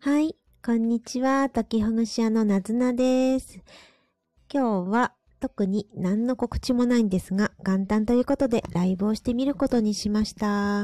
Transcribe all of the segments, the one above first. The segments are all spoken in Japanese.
はい、こんにちは。解きほぐし屋のなずなです。今日は特に何の告知もないんですが、元旦ということでライブをしてみることにしました。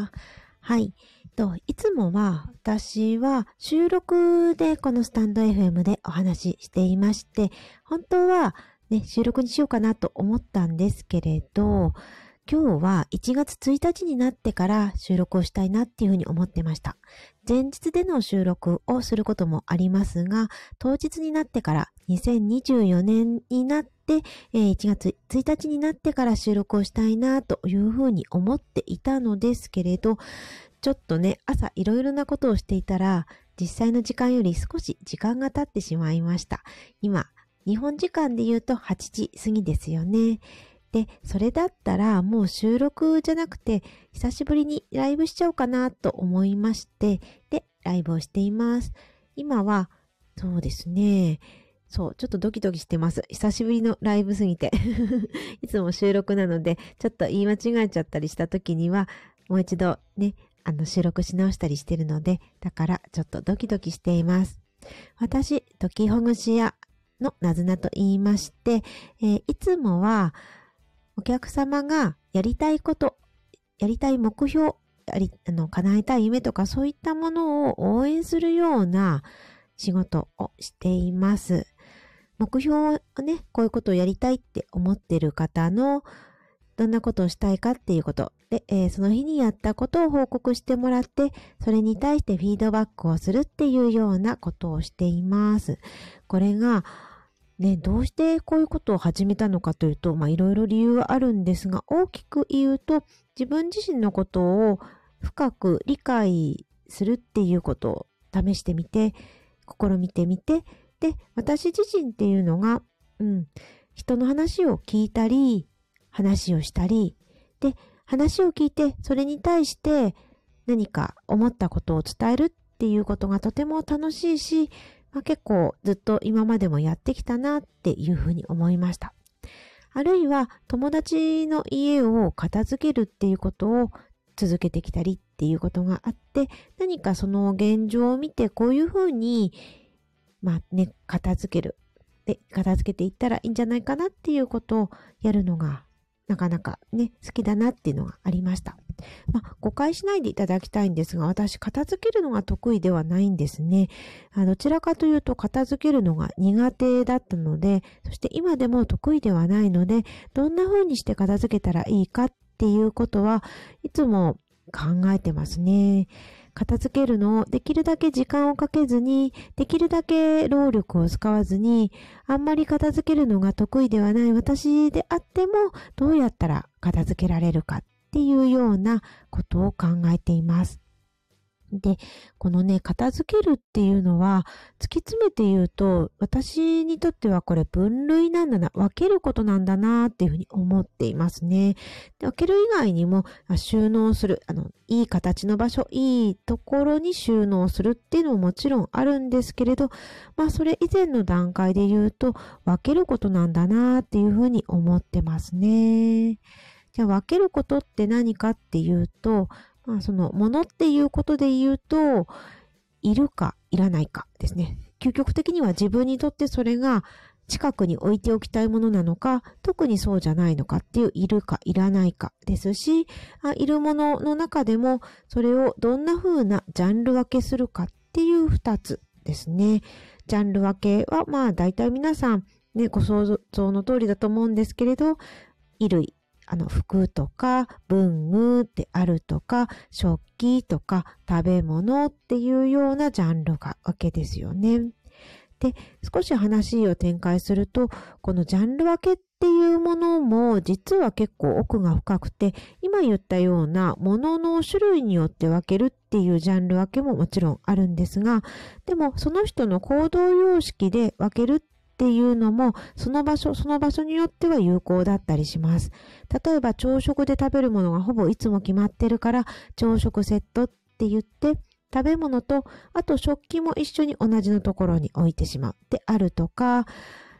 はい。いつもは私は収録でこのスタンド FM でお話ししていまして、本当はね、収録にしようかなと思ったんですけれど、今日は1月1日になってから収録をしたいなっていうふうに思ってました。前日での収録をすることもありますが、当日になってから2024年になって、1月1日になってから収録をしたいなというふうに思っていたのですけれど、ちょっとね、朝いろいろなことをしていたら、実際の時間より少し時間が経ってしまいました。今、日本時間で言うと8時過ぎですよね。で、それだったらもう収録じゃなくて久しぶりにライブしちゃおうかなと思いまして、で、ライブをしています。今は、そうですね。そう、ちょっとドキドキしてます。久しぶりのライブすぎて。いつも収録なので、ちょっと言い間違えちゃったりした時には、もう一度ね、収録し直したりしてるので、だからちょっとドキドキしています。私、解きほぐし屋のなずなと言いまして、いつもは、お客様がやりたいこと、やりたい目標、叶えたい夢とかそういったものを応援するような仕事をしています。目標をね、こういうことをやりたいって思っている方のどんなことをしたいかっていうことで、その日にやったことを報告してもらって、それに対してフィードバックをするっていうようなことをしています。これがね、どうしてこういうことを始めたのかというと、いろいろ理由はあるんですが、大きく言うと、自分自身のことを深く理解するっていうことを試してみて、試みてみて、で、私自身っていうのが、人の話を聞いたり、話をしたり、で、話を聞いて、それに対して何か思ったことを伝えるっていうことがとても楽しいし、結構ずっと今までもやってきたなっていうふうに思いました。あるいは友達の家を片付けるっていうことを続けてきたりっていうことがあって、何かその現状を見てこういうふうに、片付けていったらいいんじゃないかなっていうことをやるのがなかなかね、好きだなっていうのがありました。誤解しないでいただきたいんですが、私、片付けるのが得意ではないんですね。どちらかというと、片付けるのが苦手だったので、そして今でも得意ではないので、どんな風にして片付けたらいいかっていうことはいつも考えてますね。片付けるのをできるだけ時間をかけずに、できるだけ労力を使わずに、あんまり片付けるのが得意ではない私であっても、どうやったら片付けられるかっていうようなことを考えています。で、このね、片付けるっていうのは、突き詰めて言うと、私にとってはこれ分類なんだな、分けることなんだなっていうふうに思っていますね。で、分ける以外にも、収納する、いい形の場所、いいところに収納するっていうのももちろんあるんですけれど、それ以前の段階で言うと、分けることなんだなっていうふうに思ってますね。じゃあ分けることって何かっていうと、そのものっていうことで言うと、いるかいらないかですね。究極的には自分にとってそれが近くに置いておきたいものなのか、特にそうじゃないのかっていういるかいらないかですし、いるものの中でもそれをどんな風なジャンル分けするかっていう二つですね。ジャンル分けは大体皆さんね、ご想像の通りだと思うんですけれど、衣類。服とか文具であるとか食器とか食べ物っていうようなジャンルがわけですよね。で、少し話を展開すると、このジャンル分けっていうものも実は結構奥が深くて、今言ったようなものの種類によって分けるっていうジャンル分けももちろんあるんですが、でもその人の行動様式で分けるっていうのもその場所によっては有効だったりします。例えば朝食で食べるものがほぼいつも決まってるから朝食セットって言って食べ物とあと食器も一緒に同じのところに置いてしまうであるとか、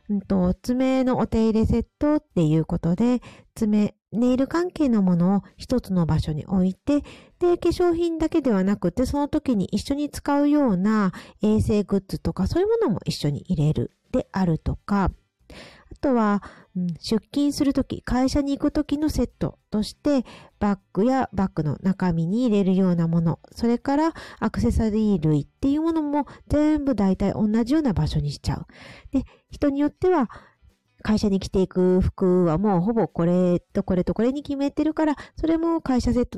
爪のお手入れセットっていうことで、ネイル関係のものを一つの場所に置いて、で、化粧品だけではなくて、その時に一緒に使うような衛生グッズとか、そういうものも一緒に入れるであるとか、あとは、出勤するとき、会社に行くときのセットとして、バッグやバッグの中身に入れるようなもの、それからアクセサリー類っていうものも全部大体同じような場所にしちゃう。で、人によっては、会社に着ていく服はもうほぼこれとこれとこれに決めてるから、それも会社セット